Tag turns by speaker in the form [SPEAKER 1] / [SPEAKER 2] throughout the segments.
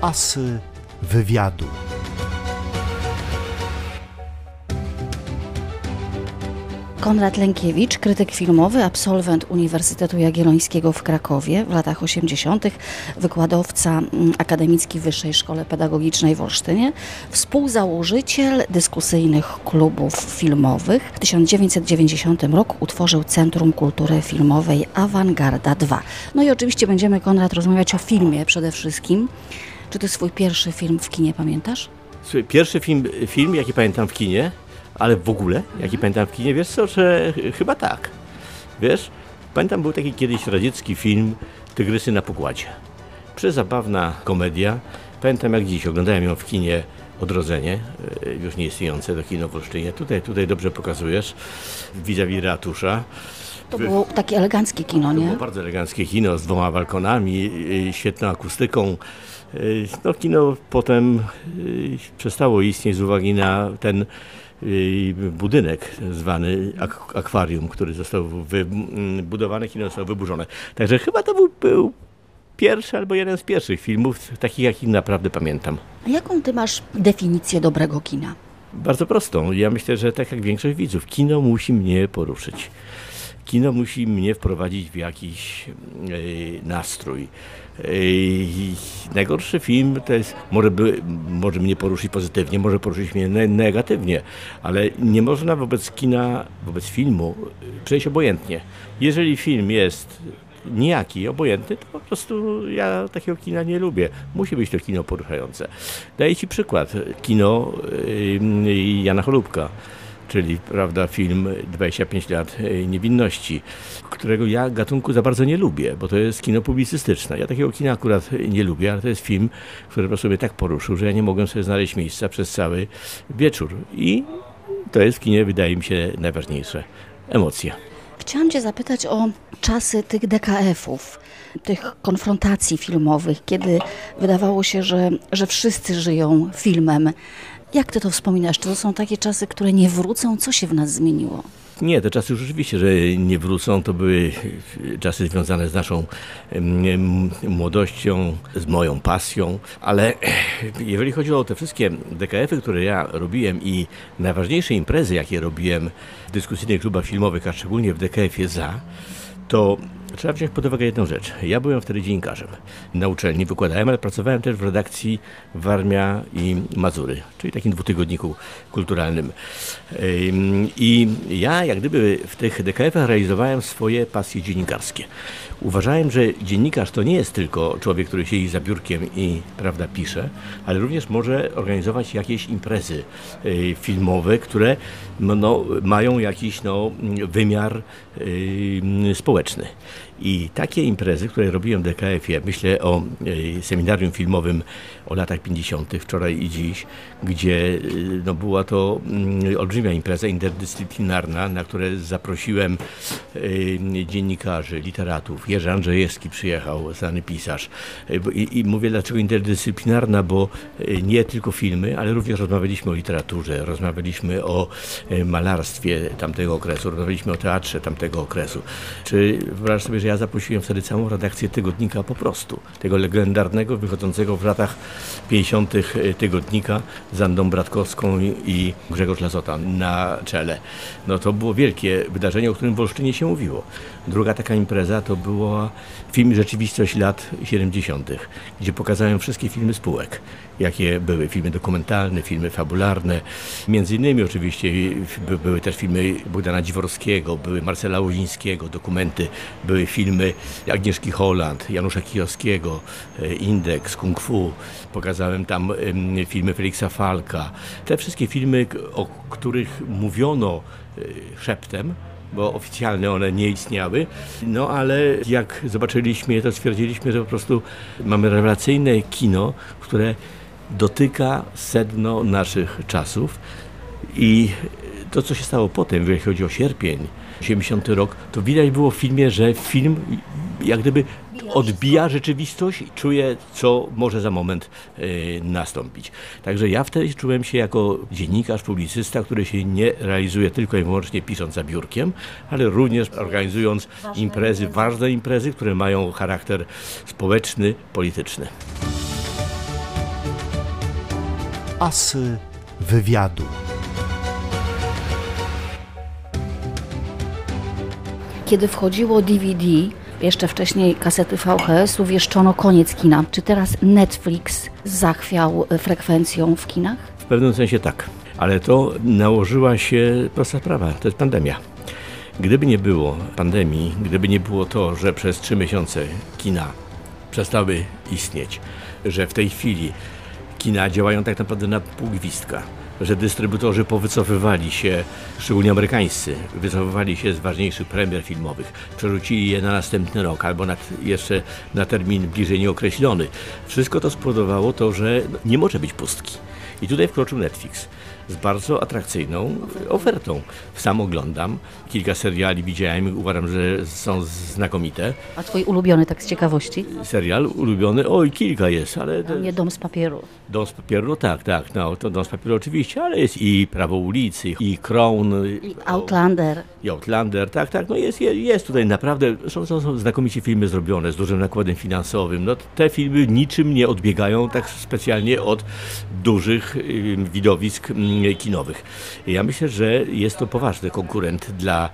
[SPEAKER 1] Asy wywiadu.
[SPEAKER 2] Konrad Lękiewicz, krytyk filmowy, absolwent Uniwersytetu Jagiellońskiego w Krakowie w latach 80., wykładowca akademicki w Wyższej Szkole Pedagogicznej w Olsztynie, współzałożyciel dyskusyjnych klubów filmowych. W 1990 roku utworzył Centrum Kultury Filmowej Awangarda 2. No i oczywiście będziemy, Konrad, rozmawiać o filmie przede wszystkim. Czy ty swój pierwszy film w kinie pamiętasz?
[SPEAKER 3] Swój pierwszy film, jaki pamiętam w kinie, ale w ogóle, jaki pamiętam w kinie, wiesz co, że chyba tak. Wiesz, pamiętam, był taki kiedyś radziecki film Tygrysy na pokładzie. Przezabawna komedia. Pamiętam jak dziś, oglądałem ją w kinie Odrodzenie, już nieistniejące to kino w Olsztynie. Tutaj dobrze pokazujesz, vis-a-vis ratusza.
[SPEAKER 2] To było takie eleganckie kino, nie?
[SPEAKER 3] To było bardzo eleganckie kino z 2 balkonami, świetną akustyką. No kino potem przestało istnieć z uwagi na ten budynek zwany akwarium, który został wybudowany, kino zostało wyburzone. Także chyba to był pierwszy albo jeden z pierwszych filmów, takich jakich naprawdę pamiętam.
[SPEAKER 2] A jaką ty masz definicję dobrego kina?
[SPEAKER 3] Bardzo prostą. Ja myślę, że tak jak większość widzów, kino musi mnie poruszyć. Kino musi mnie wprowadzić w jakiś nastrój. Najgorszy film to jest, może mnie poruszyć pozytywnie, może poruszyć mnie negatywnie, ale nie można wobec filmu przejść obojętnie. Jeżeli film jest nijaki, obojętny, to po prostu ja takiego kina nie lubię. Musi być to kino poruszające. Daję ci przykład. Kino Jana Cholubka. Czyli, prawda, film 25 lat niewinności, którego ja gatunku za bardzo nie lubię, bo to jest kino publicystyczne. Ja takiego kina akurat nie lubię, ale to jest film, który po prostu mnie tak poruszył, że ja nie mogłem sobie znaleźć miejsca przez cały wieczór. I to jest w kinie, wydaje mi się, najważniejsze. Emocje.
[SPEAKER 2] Chciałam cię zapytać o czasy tych DKF-ów, tych konfrontacji filmowych, kiedy wydawało się, że wszyscy żyją filmem. Jak ty to wspominasz? Czy to są takie czasy, które nie wrócą? Co się w nas zmieniło?
[SPEAKER 3] Nie, te czasy już rzeczywiście, że nie wrócą. To były czasy związane z naszą młodością, z moją pasją, ale jeżeli chodzi o te wszystkie DKF-y, które ja robiłem i najważniejsze imprezy, jakie robiłem w dyskusyjnych klubach filmowych, a szczególnie w DKF-ie to trzeba wziąć pod uwagę jedną rzecz. Ja byłem wtedy dziennikarzem. Na uczelni wykładałem, ale pracowałem też w redakcji Warmia i Mazury, czyli takim 2-tygodniku kulturalnym. I ja jak gdyby w tych DKF-ach realizowałem swoje pasje dziennikarskie. Uważałem, że dziennikarz to nie jest tylko człowiek, który siedzi za biurkiem i, prawda, pisze, ale również może organizować jakieś imprezy filmowe, które mają jakiś wymiar społeczny. I takie imprezy, które robiłem w DKF-ie, myślę o seminarium filmowym o latach 50., wczoraj i dziś, gdzie była to olbrzymia impreza interdyscyplinarna, na które zaprosiłem dziennikarzy, literatów. Jerzy Andrzejewski przyjechał, znany pisarz. I mówię, dlaczego interdyscyplinarna, bo nie tylko filmy, ale również rozmawialiśmy o literaturze, rozmawialiśmy o malarstwie tamtego okresu, rozmawialiśmy o teatrze tamtego okresu. Czy wyobraź sobie, że ja zaprosiłem wtedy całą redakcję tygodnika po prostu, tego legendarnego, wychodzącego w latach 50. tygodnika z Anną Bratkowską i Grzegorz Lazota na czele. To było wielkie wydarzenie, o którym w Olsztynie się mówiło. Druga taka impreza to była film Rzeczywistość lat 70., gdzie pokazałem wszystkie filmy spółek, jakie były. Filmy dokumentalne, filmy fabularne. Między innymi oczywiście były też filmy Bogdana Dziworskiego, były Marcela Łozińskiego, dokumenty, były filmy Agnieszki Holland, Janusza Kijowskiego, Indeks, Kung Fu. Pokazałem tam filmy Feliksa Falka. Te wszystkie filmy, o których mówiono szeptem, bo oficjalnie one nie istniały, ale jak zobaczyliśmy je, to stwierdziliśmy, że po prostu mamy rewelacyjne kino, które dotyka sedno naszych czasów i to, co się stało potem, jeżeli chodzi o sierpień, 80 rok, to widać było w filmie, że film jak gdyby odbija rzeczywistość i czuje, co może za moment nastąpić. Także ja wtedy czułem się jako dziennikarz, publicysta, który się nie realizuje tylko i wyłącznie pisząc za biurkiem, ale również organizując imprezy, ważne imprezy, które mają charakter społeczny, polityczny.
[SPEAKER 1] Asy wywiadu.
[SPEAKER 2] Kiedy wchodziło DVD, jeszcze wcześniej kasety VHS-u, wieszczono koniec kina. Czy teraz Netflix zachwiał frekwencją w kinach?
[SPEAKER 3] W pewnym sensie tak, ale to nałożyła się prosta sprawa, to jest pandemia. Gdyby nie było pandemii, gdyby nie było to, że przez 3 miesiące kina przestały istnieć, że w tej chwili kina działają tak naprawdę na pół gwizdka, że dystrybutorzy powycofywali się, szczególnie amerykańscy, wycofywali się z ważniejszych premier filmowych, przerzucili je na następny rok albo jeszcze na termin bliżej nieokreślony. Wszystko to spowodowało to, że nie może być pustki. I tutaj wkroczył Netflix z bardzo atrakcyjną ofertą. Sam oglądam, kilka seriali widziałem, uważam, że są znakomite.
[SPEAKER 2] A twój ulubiony, tak z ciekawości?
[SPEAKER 3] Serial ulubiony, oj, kilka jest, ale...
[SPEAKER 2] A nie Dom z papieru.
[SPEAKER 3] Dom z papieru, no tak, no to Dom z papieru oczywiście, ale jest i Prawo ulicy, i Crown.
[SPEAKER 2] I Outlander.
[SPEAKER 3] I Outlander, tak, no jest tutaj naprawdę, są znakomicie filmy zrobione z dużym nakładem finansowym. No te filmy niczym nie odbiegają tak specjalnie od dużych widowisk kinowych. Ja myślę, że jest to poważny konkurent dla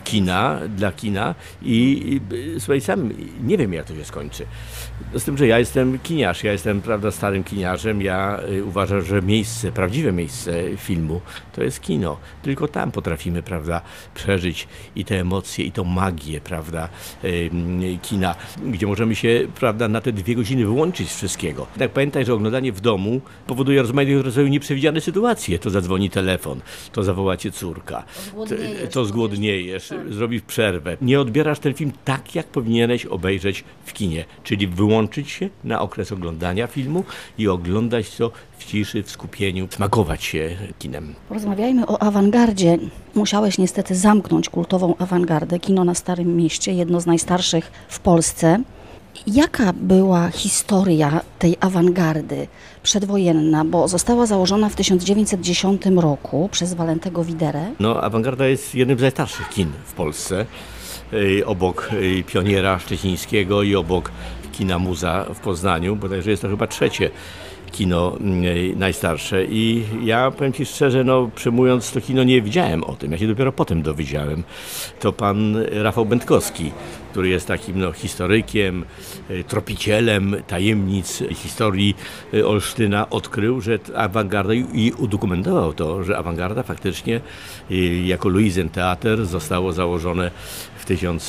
[SPEAKER 3] kina i słuchaj, sam nie wiem, jak to się skończy. Z tym, że ja jestem kiniarz, ja jestem, prawda, starym kiniarzem, ja uważam, że prawdziwe miejsce filmu to jest kino. Tylko tam potrafimy, prawda, przeżyć i te emocje, i tą magię, prawda, kina, gdzie możemy się, prawda, na te 2 godziny wyłączyć z wszystkiego. Tak pamiętaj, że oglądanie w domu powoduje rozmaitego rodzaju nieprzewidziane sytuacje. To zadzwoni telefon, to zawoła cię córka, to zgłodniejesz, zrobisz przerwę. Nie odbierasz ten film tak, jak powinieneś obejrzeć w kinie, czyli wyłączyć się na okres oglądania filmu i oglądać to w ciszy, w skupieniu, smakować się kinem.
[SPEAKER 2] Porozmawiajmy o awangardzie. Musiałeś niestety zamknąć kultową awangardę, kino na Starym Mieście, jedno z najstarszych w Polsce. Jaka była historia tej awangardy przedwojenna, bo została założona w 1910 roku przez Walentego Widerę?
[SPEAKER 3] No, awangarda jest jednym z najstarszych kin w Polsce, obok Pioniera Szczecińskiego i obok kina Muza w Poznaniu, bodajże jest to chyba 3. kino najstarsze i ja powiem Ci szczerze, no przyjmując to kino nie wiedziałem o tym, ja się dopiero potem dowiedziałem. To pan Rafał Będkowski, który jest takim historykiem, tropicielem tajemnic historii Olsztyna, odkrył, że awangarda i udokumentował to, że awangarda faktycznie jako Luisentheater zostało założone w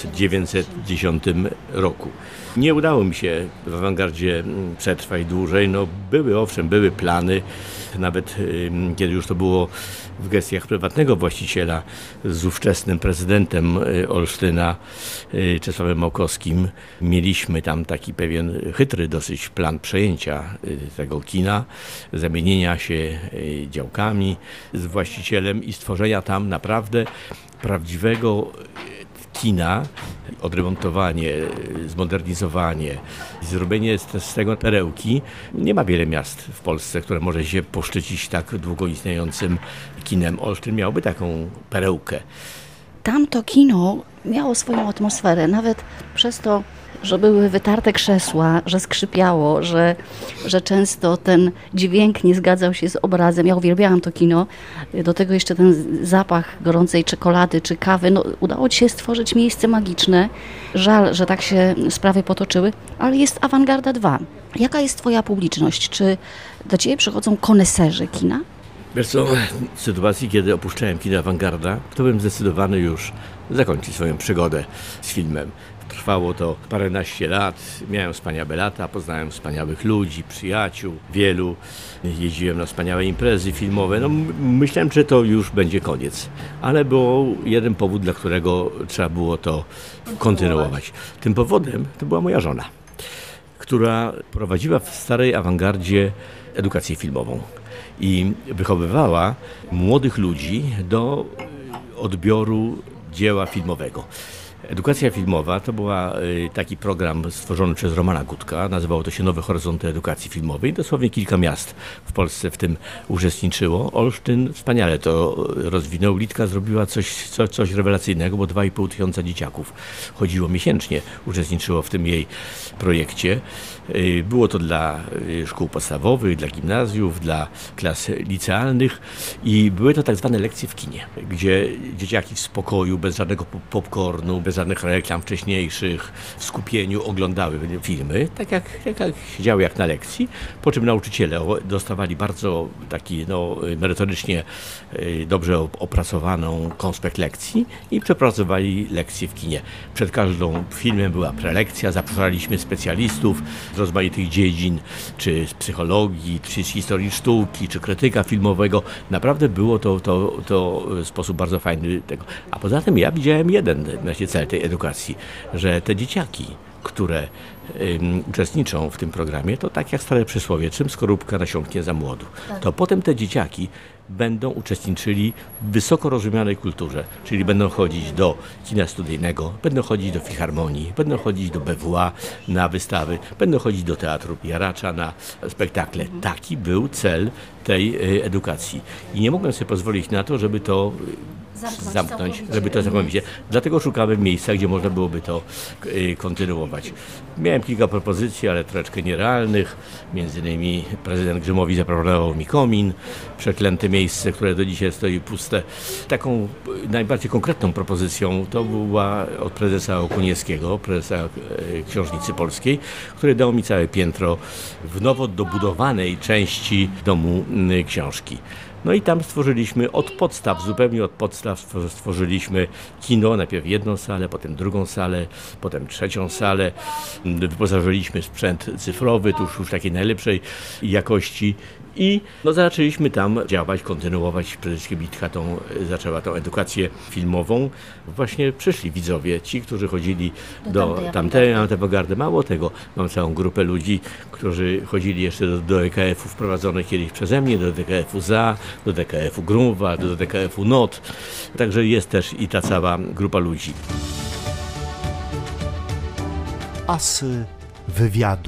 [SPEAKER 3] 1910 roku. Nie udało mi się w awangardzie przetrwać dłużej. No, były plany, nawet kiedy już to było w gestiach prywatnego właściciela z ówczesnym prezydentem Olsztyna, Czesławem Małkowskim. Mieliśmy tam taki pewien chytry dosyć plan przejęcia tego kina, zamienienia się działkami z właścicielem i stworzenia tam naprawdę prawdziwego kina, odremontowanie, zmodernizowanie, zrobienie z tego perełki. Nie ma wiele miast w Polsce, które może się poszczycić tak długo istniejącym kinem. Olsztyn miałby taką perełkę.
[SPEAKER 2] Tamto kino miało swoją atmosferę, nawet przez to, że były wytarte krzesła, że skrzypiało, że często ten dźwięk nie zgadzał się z obrazem. Ja uwielbiałam to kino. Do tego jeszcze ten zapach gorącej czekolady czy kawy. No, udało Ci się stworzyć miejsce magiczne. Żal, że tak się sprawy potoczyły, ale jest Awangarda 2. Jaka jest Twoja publiczność? Czy do Ciebie przychodzą koneserzy kina?
[SPEAKER 3] Wiesz co, w sytuacji, kiedy opuszczałem kino Awangarda, to byłem zdecydowany już zakończyć swoją przygodę z filmem. Trwało to paręnaście lat, miałem wspaniałe lata, poznałem wspaniałych ludzi, przyjaciół, wielu. Jeździłem na wspaniałe imprezy filmowe. No, myślałem, że to już będzie koniec. Ale był jeden powód, dla którego trzeba było to kontynuować. Tym powodem to była moja żona, która prowadziła w starej awangardzie edukację filmową i wychowywała młodych ludzi do odbioru dzieła filmowego. Edukacja filmowa to była taki program stworzony przez Romana Gutka. Nazywało to się Nowe Horyzonty Edukacji Filmowej. Dosłownie kilka miast w Polsce w tym uczestniczyło. Olsztyn wspaniale to rozwinął. Litka zrobiła coś rewelacyjnego, bo 2,5 tysiąca dzieciaków chodziło miesięcznie, uczestniczyło w tym jej projekcie. Było to dla szkół podstawowych, dla gimnazjów, dla klas licealnych i były to tak zwane lekcje w kinie, gdzie dzieciaki w spokoju, bez żadnego popcornu, bez żadnych reklam wcześniejszych, w skupieniu oglądały filmy, tak jak siedziały jak na lekcji, po czym nauczyciele dostawali bardzo taki merytorycznie dobrze opracowaną konspekt lekcji i przepracowali lekcje w kinie. Przed każdą filmem była prelekcja, zapraszaliśmy specjalistów z rozmaitych dziedzin, czy z psychologii, czy z historii sztuki, czy krytyka filmowego. Naprawdę było to w sposób bardzo fajny tego. A poza tym ja widziałem jeden cel tej edukacji, że te dzieciaki, które uczestniczą w tym programie, to tak jak stare przysłowie, czym skorupka nasiąknie za młodu, to potem te dzieciaki będą uczestniczyli w wysoko rozumianej kulturze, czyli będą chodzić do kina studyjnego, będą chodzić do filharmonii, będą chodzić do BWA na wystawy, będą chodzić do teatru Jaracza na spektakle. Taki był cel tej edukacji. I nie mogłem sobie pozwolić na to, żeby to zamknąć, żeby to zakończyć. Dlatego szukałem miejsca, gdzie można byłoby to kontynuować. Miałem kilka propozycji, ale troszeczkę nierealnych. Między innymi prezydent Grzymowi zaproponował mi komin, przeklęte miejsce, które do dzisiaj stoi puste. Taką najbardziej konkretną propozycją to była od prezesa Okoniewskiego, prezesa Książnicy Polskiej, który dał mi całe piętro w nowo dobudowanej części Domu Książki. No i tam stworzyliśmy zupełnie od podstaw stworzyliśmy kino, najpierw jedną salę, potem drugą salę, potem trzecią salę. Wyposażyliśmy sprzęt cyfrowy, już takiej najlepszej jakości i zaczęliśmy tam działać, kontynuować. Przede wszystkim Litka zaczęła tą edukację filmową. Właśnie przyszli widzowie, ci, którzy chodzili do tamtej awangardy. Mało tego, mam całą grupę ludzi, którzy chodzili jeszcze do EKF-u wprowadzonych kiedyś przeze mnie, do DKF-u ZA, do DKF-u Grunwald, do DKF-u NOT. Także jest też i ta cała grupa ludzi.
[SPEAKER 1] Asy wywiadu.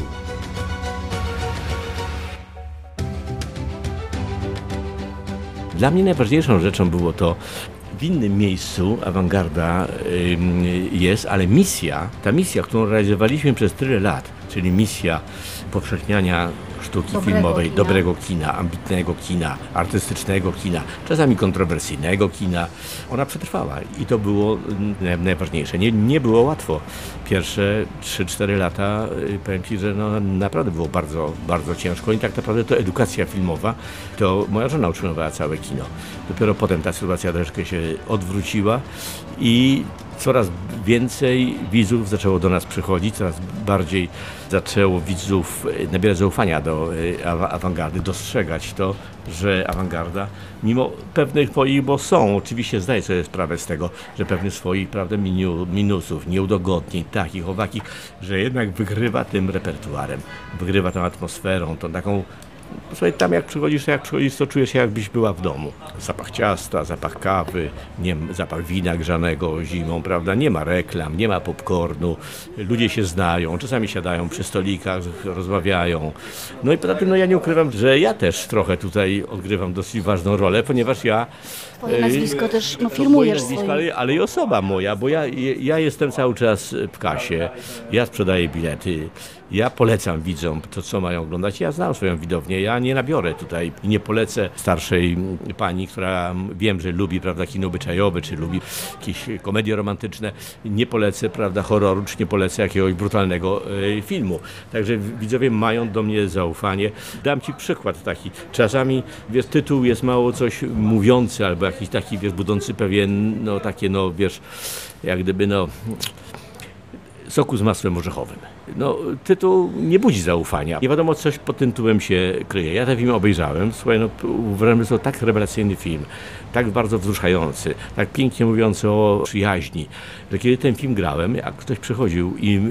[SPEAKER 3] Dla mnie najważniejszą rzeczą było to, w innym miejscu awangarda jest, ale ta misja, którą realizowaliśmy przez tyle lat, czyli misja upowszechniania sztuki filmowej, dobrego kina, ambitnego kina, artystycznego kina, czasami kontrowersyjnego kina, ona przetrwała i to było najważniejsze. Nie było łatwo. Pierwsze 3-4 lata, powiem Ci, że naprawdę było bardzo, bardzo ciężko i tak naprawdę to edukacja filmowa, to moja żona utrzymywała całe kino. Dopiero potem ta sytuacja troszkę się odwróciła i coraz więcej widzów zaczęło do nas przychodzić, coraz bardziej zaczęło widzów nabierać zaufania do awangardy, dostrzegać to, że awangarda, mimo pewnych swoich, bo oczywiście zdaję sobie sprawę z tego, że pewnych swoich, prawda, minusów, nieudogodnień, takich, owakich, że jednak wygrywa tym repertuarem, wygrywa tą atmosferą, tą taką. Słuchaj, tam jak przychodzisz, to czujesz się, jakbyś była w domu. Zapach ciasta, zapach kawy, zapach wina grzanego zimą, prawda? Nie ma reklam, nie ma popcornu, ludzie się znają, czasami siadają przy stolikach, rozmawiają. No i poza tym, ja nie ukrywam, że ja też trochę tutaj odgrywam dosyć ważną rolę, ponieważ ja...
[SPEAKER 2] Twoje nazwisko też filmujesz
[SPEAKER 3] swoje. Ale i osoba moja, bo ja jestem cały czas w kasie, ja sprzedaję bilety, ja polecam widzom to, co mają oglądać. Ja znam swoją widownię, ja nie nabiorę tutaj, nie polecę starszej pani, która wiem, że lubi, prawda, kino obyczajowe, czy lubi jakieś komedie romantyczne, nie polecę, prawda, horroru, czy nie polecę jakiegoś brutalnego filmu. Także widzowie mają do mnie zaufanie. Dam Ci przykład taki. Czasami, tytuł jest mało coś mówiący, albo jakiś taki, budzący pewien, jak gdyby, soku z masłem orzechowym. Tytuł nie budzi zaufania. Nie wiadomo, coś pod tym tytułem się kryje. Ja ten film obejrzałem. Słuchaj, uważam, że to tak rewelacyjny film, tak bardzo wzruszający, tak pięknie mówiący o przyjaźni, że kiedy ten film grałem, jak ktoś przychodził i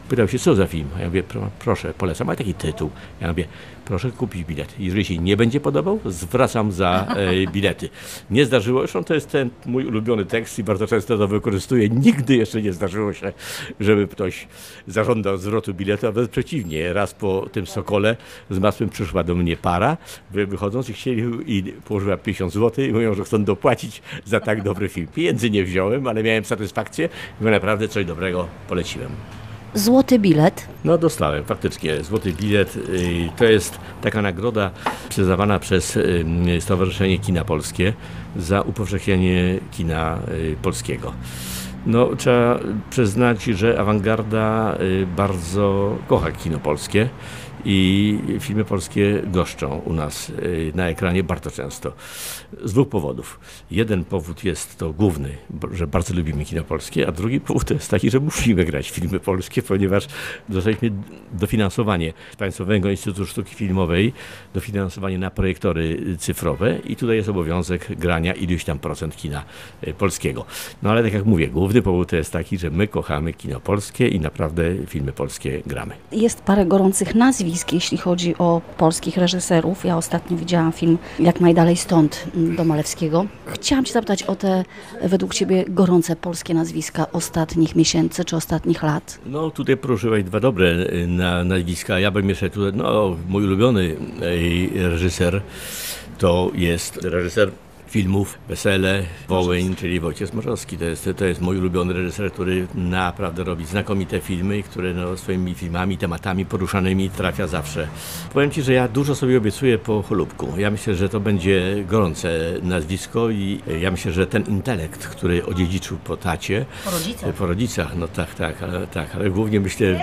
[SPEAKER 3] Pytał się, co za film? A ja mówię, proszę, polecam, ma taki tytuł. Ja mówię, proszę kupić bilet. Jeżeli się nie będzie podobał, zwracam za bilety. Nie zdarzyło, zresztą to jest ten mój ulubiony tekst i bardzo często to wykorzystuję. Nigdy jeszcze nie zdarzyło się, żeby ktoś zażądał zwrotu biletu, a wręcz przeciwnie. Raz po tym Sokole z masłem przyszła do mnie para, wychodząc i chcieli i położyła 50 zł i mówią, że chcą dopłacić za tak dobry film. Pieniędzy nie wziąłem, ale miałem satysfakcję i naprawdę coś dobrego poleciłem.
[SPEAKER 2] Złoty bilet.
[SPEAKER 3] No dostałem, faktycznie. Złoty bilet to jest taka nagroda przyznawana przez Stowarzyszenie Kina Polskie za upowszechnianie kina polskiego. No, trzeba przyznać, że awangarda bardzo kocha kino polskie i filmy polskie goszczą u nas na ekranie bardzo często. Z dwóch powodów. Jeden powód jest to główny, że bardzo lubimy kino polskie, a drugi powód to jest taki, że musimy grać filmy polskie, ponieważ dostaliśmy dofinansowanie z Państwowego Instytutu Sztuki Filmowej, dofinansowanie na projektory cyfrowe i tutaj jest obowiązek grania iluś tam procent kina polskiego. No ale tak jak mówię, główny powód to jest taki, że my kochamy kino polskie i naprawdę filmy polskie gramy.
[SPEAKER 2] Jest parę gorących nazwisk, jeśli chodzi o polskich reżyserów. Ja ostatnio widziałam film Jak najdalej stąd do Malewskiego. Chciałam Cię zapytać o te według Ciebie gorące polskie nazwiska ostatnich miesięcy czy ostatnich lat.
[SPEAKER 3] No tutaj poruszyłeś dwa dobre nazwiska. Ja bym jeszcze tutaj, mój ulubiony reżyser to jest reżyser filmów Wesele, Wołyń, czyli Wojciech Smarzowski. To jest mój ulubiony reżyser, który naprawdę robi znakomite filmy i który swoimi filmami, tematami poruszanymi trafia zawsze. Powiem Ci, że ja dużo sobie obiecuję po Holubku. Ja myślę, że to będzie gorące nazwisko i ja myślę, że ten intelekt, który odziedziczył po tacie, po rodzicach, no tak, ale głównie myślę,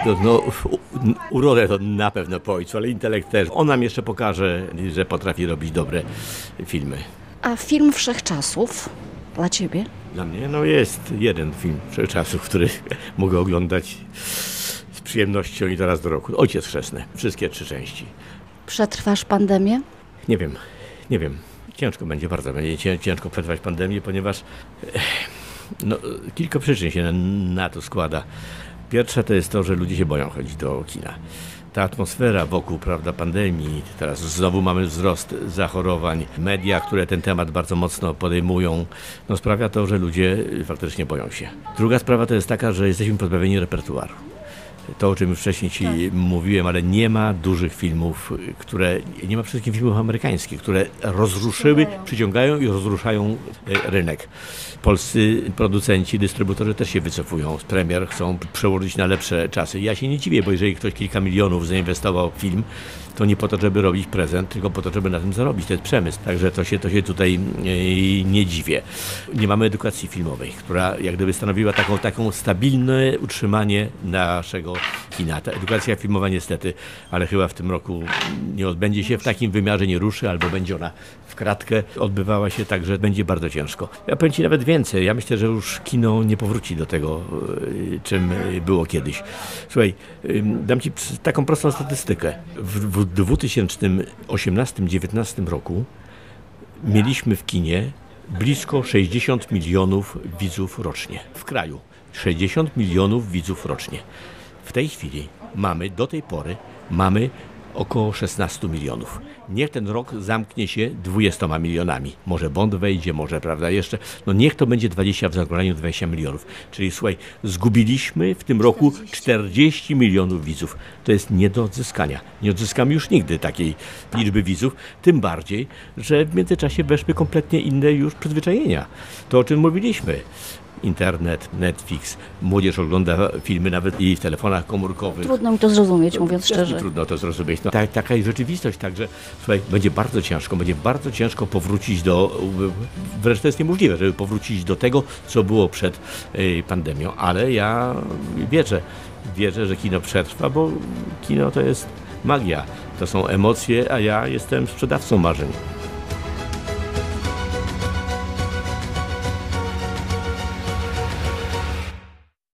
[SPEAKER 3] urodę to na pewno po ojcu, ale intelekt też. On nam jeszcze pokaże, że potrafi robić dobre filmy.
[SPEAKER 2] A film Wszechczasów dla Ciebie?
[SPEAKER 3] Dla mnie jest jeden film Wszechczasów, który mogę oglądać z przyjemnością i to raz do roku. Ojciec Chrzestny. Wszystkie 3 części.
[SPEAKER 2] Przetrwasz pandemię?
[SPEAKER 3] Nie wiem. Ciężko będzie ciężko przetrwać pandemię, ponieważ kilka przyczyn się na to składa. Pierwsza to jest to, że ludzie się boją chodzić do kina. Ta atmosfera wokół, pandemii, teraz znowu mamy wzrost zachorowań, media, które ten temat bardzo mocno podejmują, sprawia to, że ludzie faktycznie boją się. Druga sprawa to jest taka, że jesteśmy pozbawieni repertuaru. To, o czym już wcześniej Ci mówiłem, ale nie ma dużych filmów, nie ma przede wszystkim filmów amerykańskich, które przyciągają i rozruszają rynek. Polscy producenci, dystrybutorzy też się wycofują z premier, chcą przełożyć na lepsze czasy. Ja się nie dziwię, bo jeżeli ktoś kilka milionów zainwestował w film, to nie po to, żeby robić prezent, tylko po to, żeby na tym zarobić. To jest przemysł. Także to się tutaj nie dziwię. Nie mamy edukacji filmowej, która jak gdyby stanowiła taką stabilne utrzymanie naszego kina. Ta edukacja filmowa niestety, ale chyba w tym roku nie odbędzie się w takim wymiarze, nie ruszy, albo będzie ona w kratkę odbywała się, także będzie bardzo ciężko. Ja powiem Ci nawet więcej. Ja myślę, że już kino nie powróci do tego, czym było kiedyś. Słuchaj, dam Ci taką prostą statystykę. W 2018-2019 roku mieliśmy w kinie blisko 60 milionów widzów rocznie. W kraju 60 milionów widzów rocznie. W tej chwili do tej pory mamy około 16 milionów. Niech ten rok zamknie się 20 milionami. Może Bond wejdzie, może, jeszcze. Niech to będzie 20 w zagraniu 20 milionów. Czyli słuchaj, zgubiliśmy w tym roku 40 milionów widzów. To jest nie do odzyskania. Nie odzyskamy już nigdy takiej liczby widzów, tym bardziej, że w międzyczasie weszły kompletnie inne już przyzwyczajenia. To, o czym mówiliśmy. Internet, Netflix, młodzież ogląda filmy nawet i w telefonach komórkowych.
[SPEAKER 2] Trudno mi to zrozumieć, mówiąc szczerze.
[SPEAKER 3] Trudno to zrozumieć. Taka jest rzeczywistość, także słuchaj, będzie bardzo ciężko powrócić wręcz to jest niemożliwe, żeby powrócić do tego, co było przed pandemią, ale ja wierzę, że kino przetrwa, bo kino to jest magia, to są emocje, a ja jestem sprzedawcą marzeń.